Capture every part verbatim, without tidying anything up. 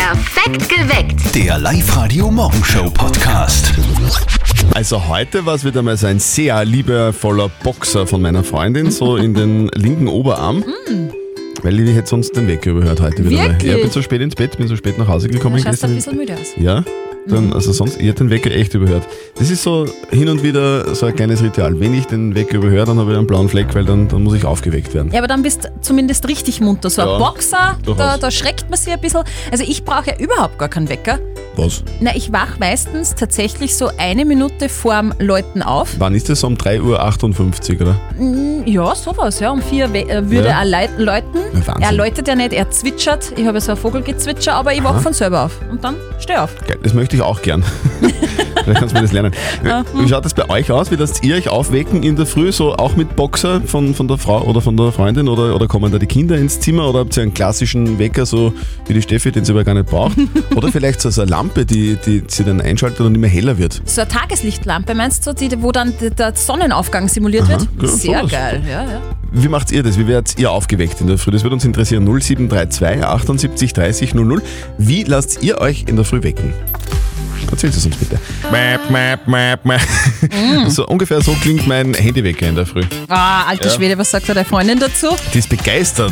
Perfekt geweckt. Der Live-Radio-Morgenshow-Podcast. Also heute war es wieder mal so ein sehr liebevoller Boxer von meiner Freundin, so in den linken Oberarm. Mm. Weil ich hätte sonst den Wecker überhört heute wieder mal. Ich bin so spät ins Bett, bin so spät nach Hause gekommen. Du schaust ein bisschen müde aus. Ja, dann, also sonst, ich hätte den Wecker echt überhört. Das ist so hin und wieder so ein kleines Ritual. Wenn ich den Wecker überhöre, dann habe ich einen blauen Fleck, weil dann, dann muss ich aufgeweckt werden. Ja, aber dann bist du zumindest richtig munter. So ein Ja, Boxer, da, durchaus. da schreckt man sich ein bisschen. Also ich brauche ja überhaupt gar keinen Wecker. Was? Na, ich wach meistens tatsächlich so eine Minute vorm Läuten auf. Wann ist das? Um drei Uhr achtundfünfzig, oder? Mm, Ja, sowas, ja. Um vier we- äh, würde Ja. er leit- läuten. Ja, Wahnsinn. Er läutet ja nicht, er zwitschert. Ich habe ja so ein Vogelgezwitscher, aber ich wach von selber auf. Und dann steh auf. Geil, das möchte ich auch gern. Vielleicht kannst du mir das lernen. Wie schaut das bei euch aus? Wie lasst ihr euch aufwecken in der Früh? So auch mit Boxer von, von der Frau oder von der Freundin? Oder, oder kommen da die Kinder ins Zimmer? Oder habt ihr einen klassischen Wecker, so wie die Steffi, den sie aber gar nicht braucht? Oder vielleicht so, so eine Lampe, die, die sie dann einschaltet und immer heller wird? So eine Tageslichtlampe, meinst du, die, wo dann d- der Sonnenaufgang simuliert Aha, wird? ja, Sehr sowas. geil, ja, ja. Wie macht ihr das? Wie werdet ihr aufgeweckt in der Früh? Das würde uns interessieren. null sieben drei zwei achtundsiebzig dreißig null null. Wie lasst ihr euch in der Früh wecken? Erzählt es uns bitte. Mäp, mäp, mäp, mäp. So ungefähr so klingt mein Handywecker in der Früh. Ah, alter Ja. Schwede, was sagt deine Freundin dazu? Die ist begeistert.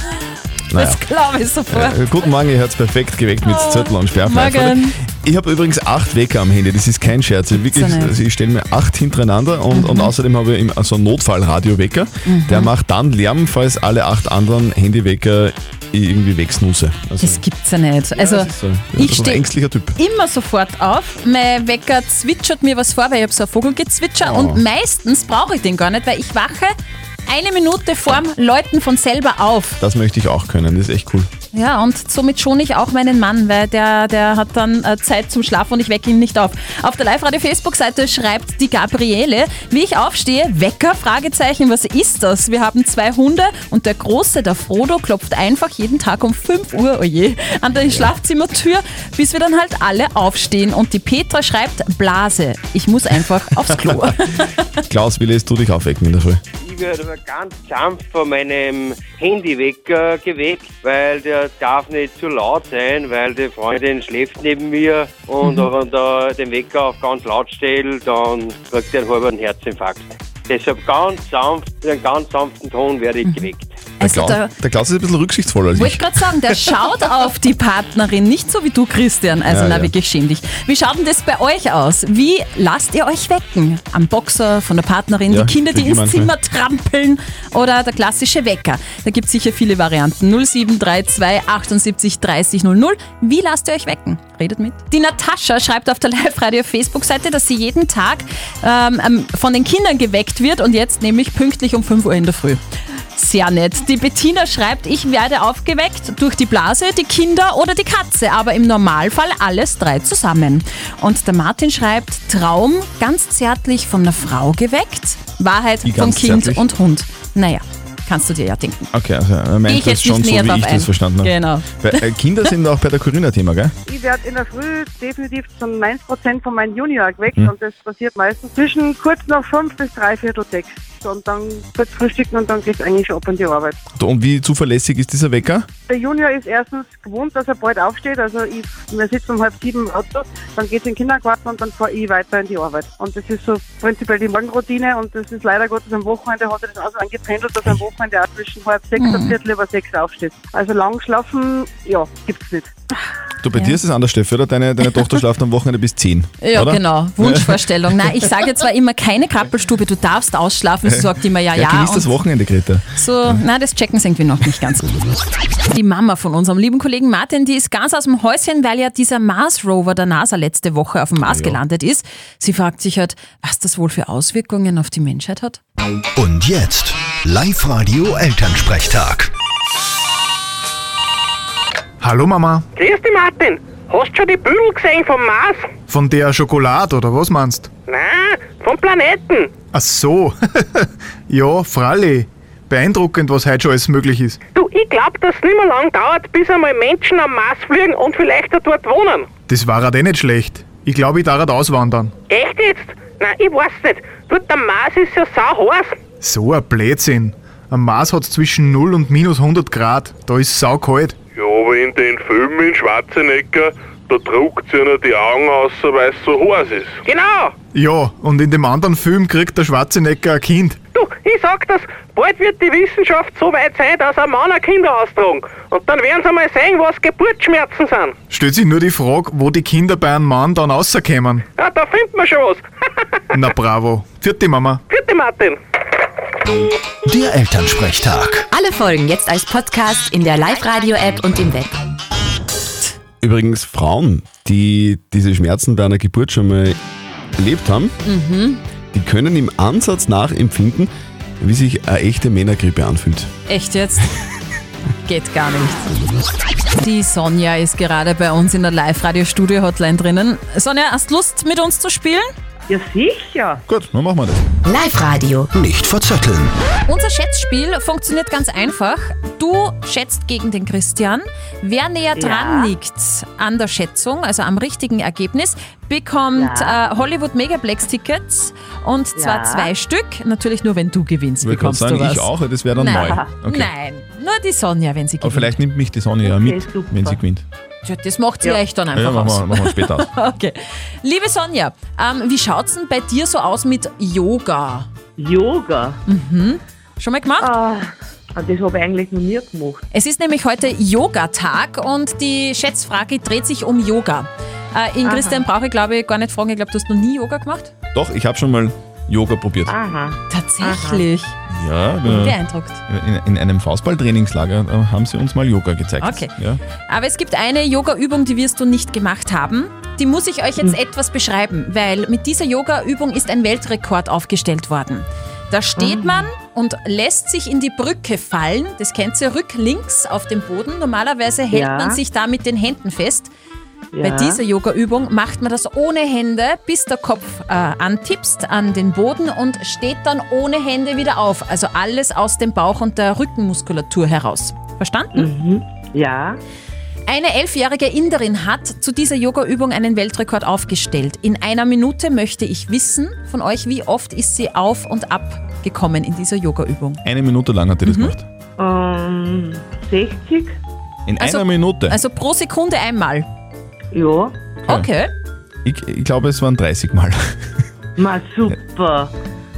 Naja. Das glaube ich sofort. Äh, guten Morgen, ihr hört perfekt geweckt mit Zettel und Sperrpfeife. Morgen. Ich habe übrigens acht Wecker am Handy, das ist kein Scherz. Ich, wirklich, ja nicht. also ich stelle mir acht hintereinander und, und außerdem habe ich im- so einen Notfallradiowecker. Der macht dann Lärm, falls alle acht anderen Handywecker ich irgendwie wegsnuse. Also, Das gibt's ja nicht. Also, das ist so. ich Das ist ein stehe ängstlicher Typ. immer sofort auf. Mein Wecker zwitschert mir was vor, weil ich habe so ein Vogelgezwitscher Oh. und meistens brauche ich den gar nicht, weil ich wache eine Minute vorm Läuten von selber auf. Das möchte ich auch können, das ist echt cool. Ja, und somit schone ich auch meinen Mann, weil der, der hat dann äh, Zeit zum Schlafen und ich wecke ihn nicht auf. Auf der Live-Radio-Facebook-Seite schreibt die Gabriele, wie ich aufstehe, Wecker, Fragezeichen, was ist das? Wir haben zwei Hunde und der Große, der Frodo, klopft einfach jeden Tag um fünf Uhr, oje, an der Schlafzimmertür, bis wir dann halt alle aufstehen. Und die Petra schreibt, Blase, ich muss einfach aufs Klo. Klaus, wie lässt du dich aufwecken in der Früh? Ich werde aber ganz sanft von meinem Handywecker geweckt, weil der darf nicht zu laut sein, weil die Freundin schläft neben mir und Mhm. wenn da den Wecker auf ganz laut stelle, dann kriegt er einen halben Herzinfarkt. Deshalb ganz sanft, mit einem ganz sanften Ton werde ich geweckt. Der, Also Klaus, da der Klaus ist ein bisschen rücksichtsvoller als wollte ich ich. gerade sagen, der schaut auf die Partnerin, nicht so wie du, Christian. Also Ja, na, ja. wirklich schäm dich. Wie schaut denn das bei euch aus? Wie lasst ihr euch wecken? Am Boxer, von der Partnerin, Ja, die Kinder, die krieg ins ich Zimmer trampeln oder der klassische Wecker? Da gibt es sicher viele Varianten. null sieben drei zwei achtundsiebzig dreißig null null. Wie lasst ihr euch wecken? Redet mit. Die Natascha schreibt auf der Live-Radio-Facebook-Seite, dass sie jeden Tag ähm, ähm, von den Kindern geweckt wird und jetzt nämlich pünktlich um fünf Uhr in der Früh. Sehr nett. Die Bettina schreibt, ich werde aufgeweckt durch die Blase, die Kinder oder die Katze, aber im Normalfall alles drei zusammen. Und der Martin schreibt, Traum, ganz zärtlich von einer Frau geweckt, Wahrheit Wie von ganz Kind zärtlich? und Hund. Naja, kannst du dir ja denken. Okay, also er meint Ich das jetzt schon nicht so, näher wie drauf ich ein. das verstanden habe. Genau. Weil, äh, Kinder sind auch bei der Corinna-Thema, gell? Ich werde in der Früh definitiv zum neunzig Prozent von meinem Junior geweckt Hm. und das passiert meistens zwischen kurz nach fünf bis dreiviertel sechs. Und dann kurz frühstücken und dann geht es eigentlich schon ab in die Arbeit. Und wie zuverlässig ist dieser Wecker? Der Junior ist erstens gewohnt, dass er bald aufsteht. Also ich, wir sitzen um halb sieben im Auto, dann geht es in den Kindergarten und dann fahre ich weiter in die Arbeit. Und das ist so prinzipiell die Morgenroutine und das ist leider Gottes am Wochenende hat er das auch so angependelt, dass er am Wochenende auch zwischen halb sechs und viertel über sechs aufsteht. Also lang schlafen, ja, gibt's nicht. Du, bei Ja. dir ist es anders, Steffi, oder? Deine, deine Tochter schlaft am Wochenende bis zehn, Ja, oder? genau. Wunschvorstellung. Nein, ich sage zwar immer keine Kappelstube, du darfst ausschlafen. Sie sagt immer ja, ja. Ja, genieß das und Wochenende, Greta. so, na, das checken sie irgendwie noch nicht ganz. Die Mama von unserem lieben Kollegen Martin, die ist ganz aus dem Häuschen, weil ja dieser Mars-Rover der NASA letzte Woche auf dem Mars Ja. gelandet ist. Sie fragt sich halt, was das wohl für Auswirkungen auf die Menschheit hat. Und jetzt Live-Radio Elternsprechtag. Hallo Mama, Grüß dich, Martin. Hast du schon die Bündel gesehen vom Mars? von der Schokolade oder was meinst? Nein, vom Planeten. Ach so, ja, Fralli. Beeindruckend, was heute schon alles möglich ist. Du, ich glaub, dass es nicht mehr lang dauert, bis einmal Menschen am Mars fliegen und vielleicht auch dort wohnen. Das war halt eh nicht schlecht. Ich glaube, ich darf halt auswandern. Echt jetzt? Nein, ich weiß nicht. Dort am Mars ist ja sau heiß. So ein Blödsinn. Am Mars hat es zwischen null und minus hundert Grad. Da ist es saukalt. Ja, Aber in den Filmen in Schwarzenegger, da druckt sie ja die Augen aus, weil es so heiß ist. Genau. Ja, und in dem anderen Film kriegt der Schwarzenegger ein Kind. Du, ich sag das, bald wird die Wissenschaft so weit sein, dass ein Mann ein Kind austragen. Und dann werden sie mal sehen, was Geburtsschmerzen sind. Stellt sich nur die Frage, wo die Kinder bei einem Mann dann rauskommen. Ja, da findet man schon was. Na bravo. Vierte Mama. Vierte Martin. Der Elternsprechtag. Alle Folgen jetzt als Podcast in der Live-Radio-App und im Web. Übrigens, Frauen, die diese Schmerzen bei einer Geburt schon mal erlebt haben, Mhm. die können im Ansatz nachempfinden, wie sich eine echte Männergrippe anfühlt. Echt jetzt? Geht gar nicht. Die Sonja ist gerade bei uns in der Live-Radio-Studio-Hotline drinnen. Sonja, hast du Lust, mit uns zu spielen? Ja, sicher. Gut, dann machen wir das. Live-Radio. Nicht verzetteln. Unser Schätzspiel funktioniert ganz einfach. Du schätzt gegen den Christian. Wer näher dran liegt an der Schätzung, also am richtigen Ergebnis, bekommt äh, Hollywood Megaplex-Tickets und zwar Ja. zwei Stück. Natürlich nur, wenn du gewinnst, Ich würde gerade bekommst sagen, du was. ich auch, das wäre dann Nein. neu. Okay. Nein, nur die Sonja, wenn sie Aber gewinnt. vielleicht nimmt mich die Sonja ja mit, super. wenn sie gewinnt. Tja, das macht sie Ja. euch dann einfach Ja, machen aus. wir, machen wir später aus. Okay. Liebe Sonja, ähm, wie schaut's denn bei dir so aus mit Yoga? Yoga. Schon mal gemacht? Ah, das habe ich eigentlich noch nie gemacht. Es ist nämlich heute Yoga-Tag und die Schätzfrage dreht sich um Yoga. Äh, in Christian brauche ich, glaube ich, gar nicht fragen. Ich glaube, du hast noch nie Yoga gemacht? Doch, ich habe schon mal Yoga probiert. Aha. Tatsächlich. Ja, Bin äh, beeindruckt. in, in einem Faustball-Trainingslager äh, haben sie uns mal Yoga gezeigt. Okay. Ja. Aber es gibt eine Yoga-Übung, die wirst du nicht gemacht haben. Die muss ich euch jetzt etwas beschreiben, weil mit dieser Yoga-Übung ist ein Weltrekord aufgestellt worden. Da steht man und lässt sich in die Brücke fallen. Das kennt ihr, rücklinks auf dem Boden. Normalerweise hält Ja. man sich da mit den Händen fest. Ja. Bei dieser Yoga-Übung macht man das ohne Hände, bis der Kopf äh, antippst an den Boden und steht dann ohne Hände wieder auf. Also alles aus dem Bauch und der Rückenmuskulatur heraus. Verstanden? Ja. Eine elfjährige Inderin hat zu dieser Yoga-Übung einen Weltrekord aufgestellt. In einer Minute möchte ich wissen von euch, wie oft ist sie auf und ab gekommen in dieser Yoga-Übung. Eine Minute lang hat die das gemacht. Ähm, sechzig? In Also- einer Minute. Also pro Sekunde einmal. Ja. Okay. ich, ich glaube, es waren dreißig Mal. Ma, super.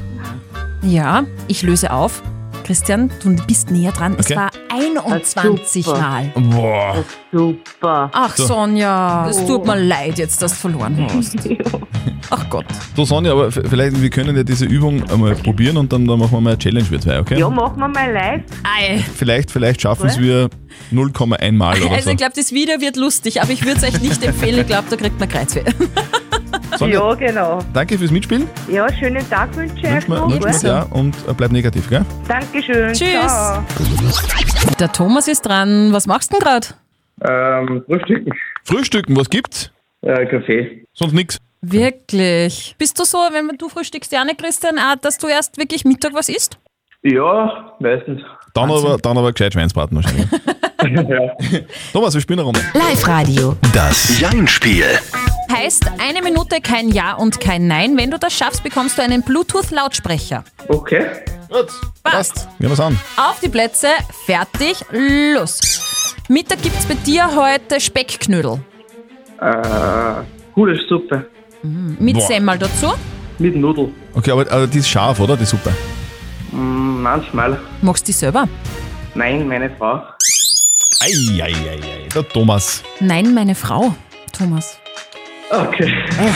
Ja, ich löse auf. Christian, du bist näher dran. Es Okay. war einundzwanzig Super. Mal. Boah. Super. Ach, So. Sonja, es tut mir leid jetzt, dass du verloren hast. Ach Gott. So, Sonja, aber f- vielleicht, wir können ja diese Übung einmal probieren und dann, dann machen wir mal eine Challenge für zwei, okay? Ja, machen wir mal live. Ei. Vielleicht, vielleicht schaffen es wir null Komma eins Mal oder Also so. ich glaube, das Video wird lustig, aber ich würde es euch nicht empfehlen. Ich glaube, da kriegt man Kreuzweh. Sonja, Ja, genau. danke fürs Mitspielen. Ja, schönen Tag wünsche ich euch Wünschen wir, noch. wünschen wir, ja, und äh, bleib negativ, gell? Dankeschön. Tschüss. Ciao. Der Thomas ist dran. Was machst du denn gerade? Ähm, Frühstücken. Frühstücken, was gibt's? Äh, Kaffee. Sonst nix. Wirklich? Bist du so, wenn du frühstückst, ja nicht, Christian, auch, dass du erst wirklich Mittag was isst? Ja, meistens. Dann aber, dann aber gescheit Schweinsbraten wahrscheinlich. Ja. Thomas, wir spielen eine Runde. Live-Radio. Das Jein-Spiel. Heißt, eine Minute kein Ja und kein Nein. Wenn du das schaffst, bekommst du einen Bluetooth-Lautsprecher. Okay. Gut, Passt. gehen wir's an. Auf die Plätze, fertig, los. Mittag gibt's bei dir heute Speckknödel. Äh, gute Suppe. Mit Boah. Semmel dazu. Mit Nudeln. Okay, aber, aber die ist scharf, oder? Die Suppe. Mm, manchmal. Magst du die selber? Nein, meine Frau. Eieieiei, der Thomas. Nein, meine Frau, Thomas. Okay.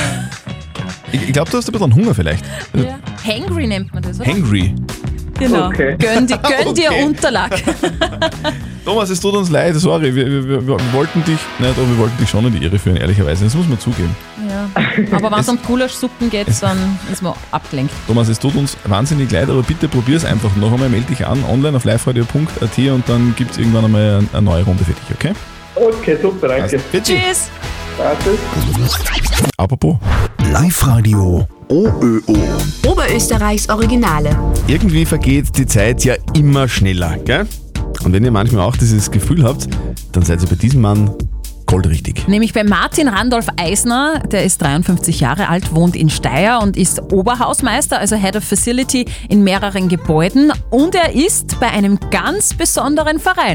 Ich, ich glaube, du hast ein bisschen Hunger vielleicht. Ja. Hangry nennt man das, oder? Hangry. Genau. Okay. Gönn, di- gönn Okay. dir Unterlag. Thomas, es tut uns leid, sorry. Wir, wir, wir, wir wollten dich, nicht, aber wir wollten dich schon in die Irre führen, ehrlicherweise. Das muss man zugeben. Ja. Aber wenn es um Gulaschsuppen geht, dann ist man abgelenkt. Thomas, es tut uns wahnsinnig leid, aber bitte probier es einfach noch einmal. Melde dich an, online auf liveradio punkt a t und dann gibt es irgendwann einmal eine, eine neue Runde für dich, okay? Okay, super, danke. Also, bitte. Tschüss. Danke. Apropos, Live-Radio O Ö O. Oberösterreichs Originale. irgendwie vergeht die Zeit ja immer schneller, gell? Und wenn ihr manchmal auch dieses Gefühl habt, dann seid ihr bei diesem Mann goldrichtig. Nämlich bei Martin Randolph Eisner, der ist dreiundfünfzig Jahre alt, wohnt in Steyr und ist Oberhausmeister, also Head of Facility in mehreren Gebäuden. Und er ist bei einem ganz besonderen Verein.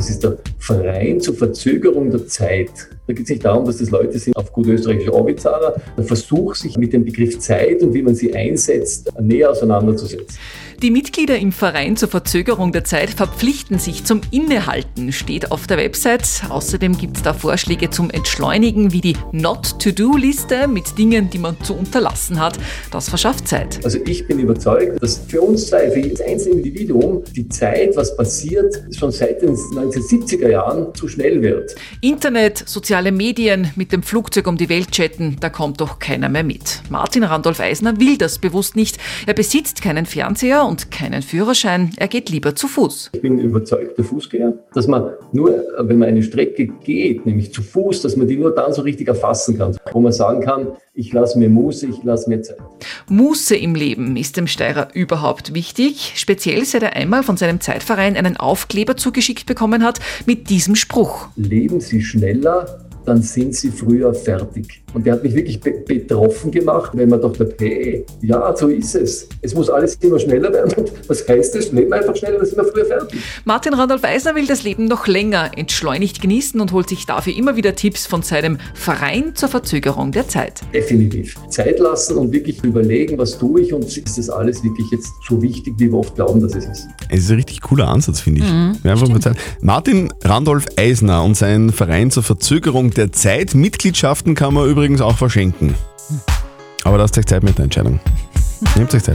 Das ist der Verein zur Verzögerung der Zeit. Da geht es nicht darum, dass das Leute sind auf gut österreichische Orbizahler. Der Versuch, sich mit dem Begriff Zeit und wie man sie einsetzt, näher auseinanderzusetzen. Die Mitglieder im Verein zur Verzögerung der Zeit verpflichten sich zum Innehalten, steht auf der Website. Außerdem gibt es da Vorschläge zum Entschleunigen, wie die Not-to-Do-Liste mit Dingen, die man zu unterlassen hat. Das verschafft Zeit. Also ich bin überzeugt, dass für uns zwei, für jedes einzelne Individuum, die Zeit, was passiert, schon seit den neunzehnhundertsiebziger Jahren zu schnell wird. Internet, soziale Medien, mit dem Flugzeug um die Welt chatten, da kommt doch keiner mehr mit. Martin Randolph Eisner will das bewusst nicht. Er besitzt keinen Fernseher und keinen Führerschein. Er geht lieber zu Fuß. Ich bin überzeugter Fußgänger, dass man nur, wenn man eine Strecke geht, nämlich zu Fuß, dass man die nur dann so richtig erfassen kann. Wo man sagen kann, ich lasse mir Muße, ich lasse mir Zeit. Muße im Leben ist dem Steirer überhaupt wichtig. Speziell seit er einmal von seinem Zeitverein einen Aufkleber zugeschickt bekommen hat mit diesem Spruch. Leben Sie schneller, dann sind Sie früher fertig. Und der hat mich wirklich be- betroffen gemacht, wenn man dachte, hey, ja, so ist es. Es muss alles immer schneller werden. Und was heißt das? Leben einfach schneller, dann sind wir früher fertig. Martin Randolph Eisner will das Leben noch länger entschleunigt genießen und holt sich dafür immer wieder Tipps von seinem Verein zur Verzögerung der Zeit. Definitiv. Zeit lassen und wirklich überlegen, was tue ich und ist das alles wirklich jetzt so wichtig, wie wir oft glauben, dass es ist. Es ist ein richtig cooler Ansatz, finde ich. Mhm, Wir einfach mal Zeit. Martin Randolph Eisner und sein Verein zur Verzögerung der Zeit. Mitgliedschaften kann man übrigens auch verschenken. Aber lasst euch Zeit mit der Entscheidung. Nehmt euch Zeit.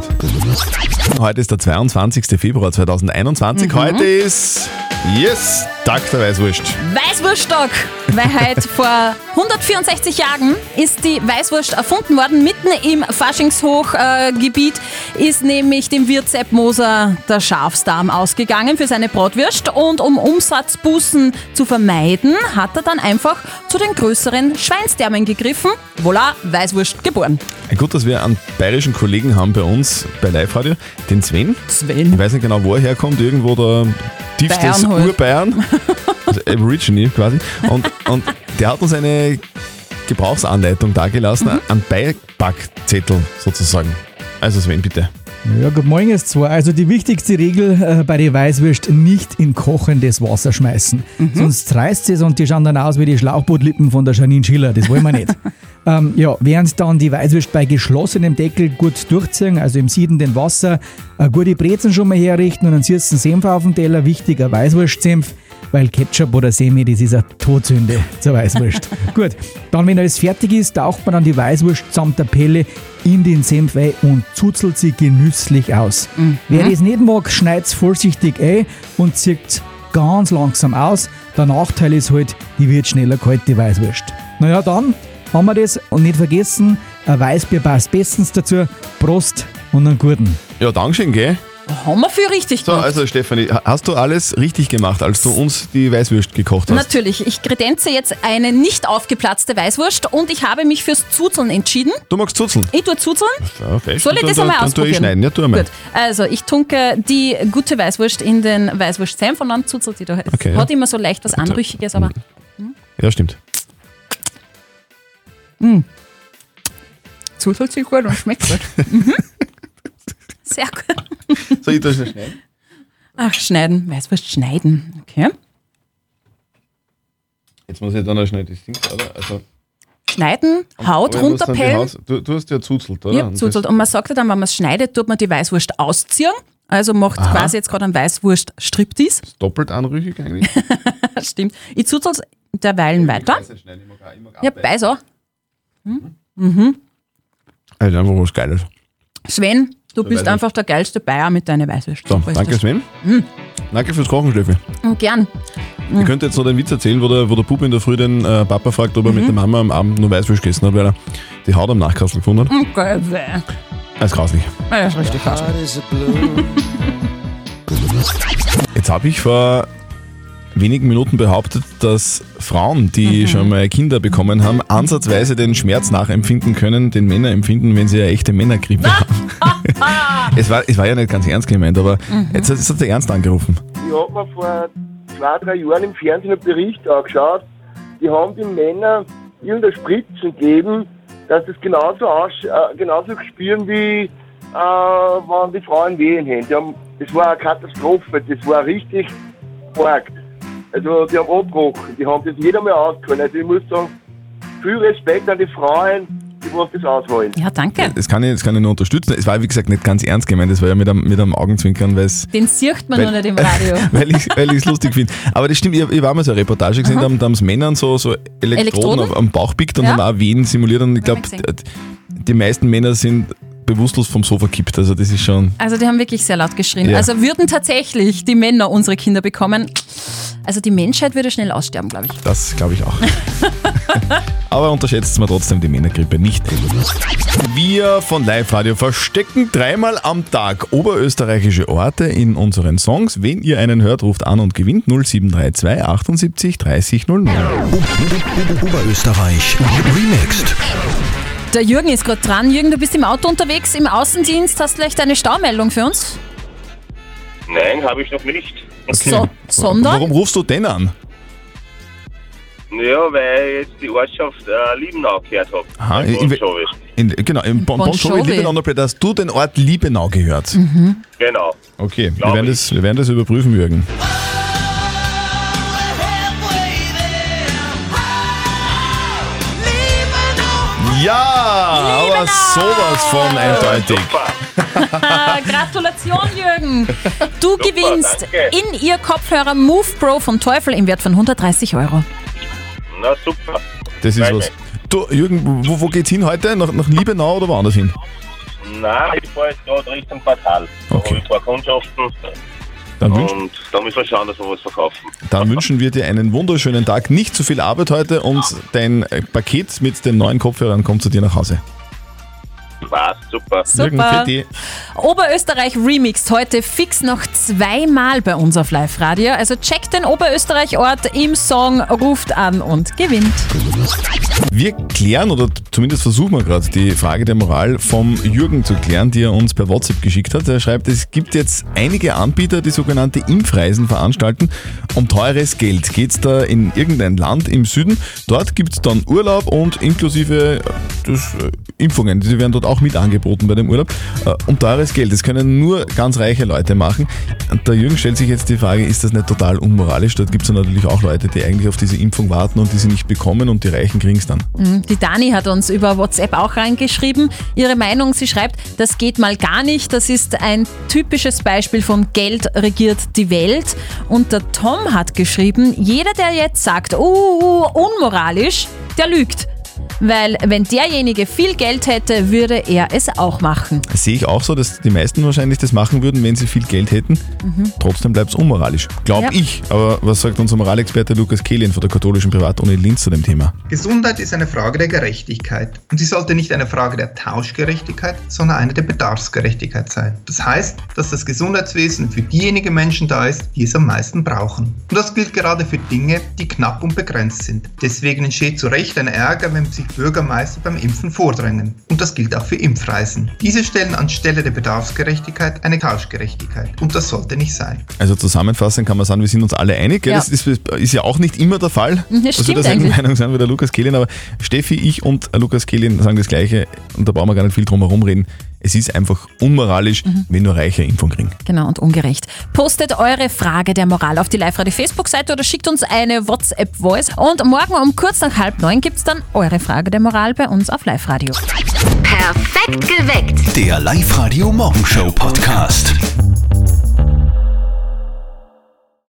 Heute ist der zweiundzwanzigster Februar zweitausendeinundzwanzig. Mhm. Heute ist, yes, Tag der Weißwurst. Weißwursttag, weil heute vor hundertvierundsechzig Jahren ist die Weißwurst erfunden worden. Mitten im Faschingshochgebiet äh, ist nämlich dem Wirt Sepp Moser der Schafsdarm ausgegangen für seine Bratwürst. Und um Umsatzbußen zu vermeiden, hat er dann einfach zu den größeren Schweinsdärmen gegriffen. Voilà, Weißwurst geboren. Gut, dass wir einen bayerischen Kollegen haben bei uns bei Live-Radio, den Sven. Sven. Ich weiß nicht genau, wo er herkommt, irgendwo der tiefstes Bayern halt. Urbayern, also Aborigine quasi. Und, und der hat uns eine Gebrauchsanleitung dagelassen, mhm. einen Beipackzettel sozusagen. Also Sven, bitte. Ja, guten Morgen ist zwar. Also die wichtigste Regel äh, bei der Weißwurst, nicht in kochendes Wasser schmeißen. Mhm. Sonst reißt es und die schauen dann aus wie die Schlauchbootlippen von der Janine Schiller. Das wollen wir nicht. ähm, ja, während dann die Weißwurst bei geschlossenem Deckel gut durchziehen, also im siedenden Wasser, eine gute Brezen schon mal herrichten und einen süßen Senf auf dem Teller. Wichtiger Weißwurstsenf, weil Ketchup oder Semi, das ist eine Todsünde zur Weißwurst. Gut, dann wenn alles fertig ist, taucht man dann die Weißwurst samt der Pelle in den Senf ein und zuzelt sie genüsslich aus. Mhm. Wer das nicht mag, schneidet es vorsichtig ein und zieht ganz langsam aus. Der Nachteil ist halt, die wird schneller kalt, die Weißwurst. Naja, dann haben wir das und nicht vergessen, ein Weißbier passt bestens dazu. Prost und einen guten. Ja, Dankeschön, gell? Haben wir viel richtig So, gemacht. also Stefanie, hast du alles richtig gemacht, als du uns die Weißwurst gekocht hast? Natürlich, ich kredenze jetzt eine nicht aufgeplatzte Weißwurst und ich habe mich fürs Zuzeln entschieden. Du magst zuzeln? Ich tue Zuzeln. Ja, fest. Soll ich Dann- das dann- einmal dann tue ich ausprobieren? schneiden. Ja, tu einmal. Gut, also ich tunke die gute Weißwurst in den Weißwurstsenf und dann zuzelt sie da. Es Okay, ja. hat immer so leicht was Anrüchiges, aber... Ja, stimmt. Mm. Zuzelt sich gut und schmeckt gut. Mhm. Sehr gut. So, ich tue es schneiden. Ach, schneiden. Weißwurst schneiden. Okay. Jetzt muss ich dann noch schnell das Ding, oder? Also, Schneiden, Haut aber ich muss dann die runterpellen. Haut- Du, du hast ja zuzelt, oder? Ja, Und zuzelt. Und man sagt ja dann, wenn man es schneidet, tut man die Weißwurst ausziehen. Also macht Aha. quasi jetzt gerade einen Weißwurst-Striptease. das ist doppelt anrüchig eigentlich. Stimmt. Ich zuzel es derweilen weiter. Ja, beiß auch. Hm? Mhm. Also einfach was Geiles. Sven, du So, bist Weißwurst. einfach der geilste Bayer mit deiner Weißwurst. So, So ist danke das. Sven. Mhm. Danke fürs Kochen, Steffi. Und gern. Ich könnte jetzt noch den Witz erzählen, wo der, wo der Bub in der Früh den äh, Papa fragt, ob er Mhm. mit der Mama am Abend nur Weißwurst gegessen hat, weil er die Haut am Nachkastel gefunden hat. Okay, bäh. Das ist grauslich. Ja, das ist richtig krass. Jetzt habe ich vor wenigen Minuten behauptet, dass Frauen, die Mhm. schon mal Kinder bekommen haben, ansatzweise den Schmerz nachempfinden können, den Männer empfinden, wenn sie eine echte Männergrippe haben. es, war, es war ja nicht ganz ernst gemeint, aber Mhm. jetzt, jetzt hat der Ernst angerufen. Ich habe mir vor zwei, drei Jahren im Fernsehen einen Bericht angeschaut. Die haben den Männern irgendeine Spritzen gegeben, dass das genauso, aus, äh, genauso spüren wie äh, wenn die Frauen Wehen haben. Die haben. Das war eine Katastrophe, das war richtig arg. Also die haben abgebrochen, die haben das nicht einmal ausgehalten. Also ich muss sagen, viel Respekt an die Frauen, die was das ausholen. Ja, danke. Das kann ich, das kann ich nur unterstützen. Es war, wie gesagt, nicht ganz ernst gemeint, das war ja mit einem, mit einem Augenzwinkern, weil es... Den sieht man weil, noch nicht im Radio. weil ich es weil lustig finde. Aber das stimmt, ich, ich war mal so eine Reportage gesehen, da haben, da haben es Männern so, so Elektroden, Elektroden? Auf, am Bauch pickt und Ja. haben auch Wehen simuliert und ich glaube, die meisten Männer sind bewusstlos vom Sofa kippt. Also das ist schon... Also die haben wirklich sehr laut geschrien. Ja. Also würden tatsächlich die Männer unsere Kinder bekommen, also die Menschheit würde schnell aussterben, glaube ich. Das glaube ich auch. Aber unterschätzt man trotzdem die Männergrippe nicht. Wir von Live Radio verstecken dreimal am Tag oberösterreichische Orte in unseren Songs. Wenn ihr einen hört, ruft an und gewinnt null sieben drei zwei achtundsiebzig dreißig null null. Oberösterreich Remixed. Der Jürgen ist gerade dran. Jürgen, du bist im Auto unterwegs, im Außendienst. Hast du vielleicht eine Staumeldung für uns? Nein, habe ich noch nicht. So, sondern? Warum rufst du denn an? Ja, weil ich jetzt die Ortschaft äh, Liebenau gehört habe. Aha, Bon in, Jovi. in, genau, im Bon, Bon bon Jovi Jovi. Liebenau Play, hast du den Ort Liebenau gehört. Mhm. Genau. Okay, wir Glaub werden, das, wir werden das überprüfen, Jürgen. Ja, aber sowas von eindeutig. Gratulation, Jürgen. Du Super, gewinnst danke. in ihr Kopfhörer Move Pro von Teufel im Wert von hundertdreißig Euro. Na super. Das ist Meine. was. Du, Jürgen, wo, wo geht's hin heute? Nach, nach Liebenau oder woanders hin? Nein, ich fahre jetzt gerade Richtung Quartal. Da Okay. habe ich ein paar Kundschaften Dann, wünsch, und da müssen wir schauen, dass wir was verkaufen. dann wünschen wir dir einen wunderschönen Tag. Nicht zu viel Arbeit heute und dein äh, Paket mit den neuen Kopfhörern kommt zu dir nach Hause. Passt, super. Jürgen, Super. für die. Oberösterreich Remixed heute fix noch zweimal bei uns auf Live Radio. Also checkt den Oberösterreich-Ort im Song, ruft an und gewinnt. Wir klären, oder zumindest versuchen wir gerade, die Frage der Moral vom Jürgen zu klären, die er uns per WhatsApp geschickt hat. Er schreibt, es gibt jetzt einige Anbieter, die sogenannte Impfreisen veranstalten. Um teures Geld geht's da in irgendein Land im Süden. Dort gibt's dann Urlaub und inklusive des, äh, Impfungen. Die werden dort auch mit angeboten bei dem Urlaub. Äh, um teures Geld. Das können nur ganz reiche Leute machen. Und der Jürgen stellt sich jetzt die Frage, ist das nicht total unmoralisch? Dort gibt's ja natürlich auch Leute, die eigentlich auf diese Impfung warten und die sie nicht bekommen und die Reichen kriegen es dann. Die Dani hat uns über WhatsApp auch reingeschrieben. Ihre Meinung, sie schreibt, das geht mal gar nicht. Das ist ein typisches Beispiel von Geld regiert die Welt. Und der Tom hat geschrieben, jeder, der jetzt sagt, uh, unmoralisch, der lügt. Weil wenn derjenige viel Geld hätte, würde er es auch machen. Das sehe ich auch so, dass die meisten wahrscheinlich das machen würden, wenn sie viel Geld hätten. Mhm. Trotzdem bleibt es unmoralisch. Glaube Ja. ich. Aber was sagt unser Moralexperte Lukas Kehlin von der katholischen Privatuni Linz zu dem Thema? Gesundheit ist eine Frage der Gerechtigkeit. Und sie sollte nicht eine Frage der Tauschgerechtigkeit, sondern eine der Bedarfsgerechtigkeit sein. Das heißt, dass das Gesundheitswesen für diejenigen Menschen da ist, die es am meisten brauchen. Und das gilt gerade für Dinge, die knapp und begrenzt sind. Deswegen entsteht zu Recht ein Ärger, wenn sich Bürgermeister beim Impfen vordrängen. Und das gilt auch für Impfreisen. Diese stellen anstelle der Bedarfsgerechtigkeit eine Tauschgerechtigkeit. Und das sollte nicht sein. Also zusammenfassend kann man sagen, wir sind uns alle einig. Gell? Ja. Das ist, ist ja auch nicht immer der Fall, Mhm, das dass wir stimmt derselben eigentlich. Meinung sind wie der Lukas Kehlin. Aber Steffi, ich und Lukas Kehlin sagen das Gleiche und da brauchen wir gar nicht viel drum herum reden. Es ist einfach unmoralisch, Mhm. wenn nur Reiche Impfung kriegen. Genau, und ungerecht. Postet eure Frage der Moral auf die Live-Radio-Facebook-Seite oder schickt uns eine WhatsApp-Voice. Und morgen um kurz nach halb neun gibt es dann eure Frage der Moral bei uns auf Live-Radio. Perfekt geweckt. Der Live Radio Morgenshow Podcast.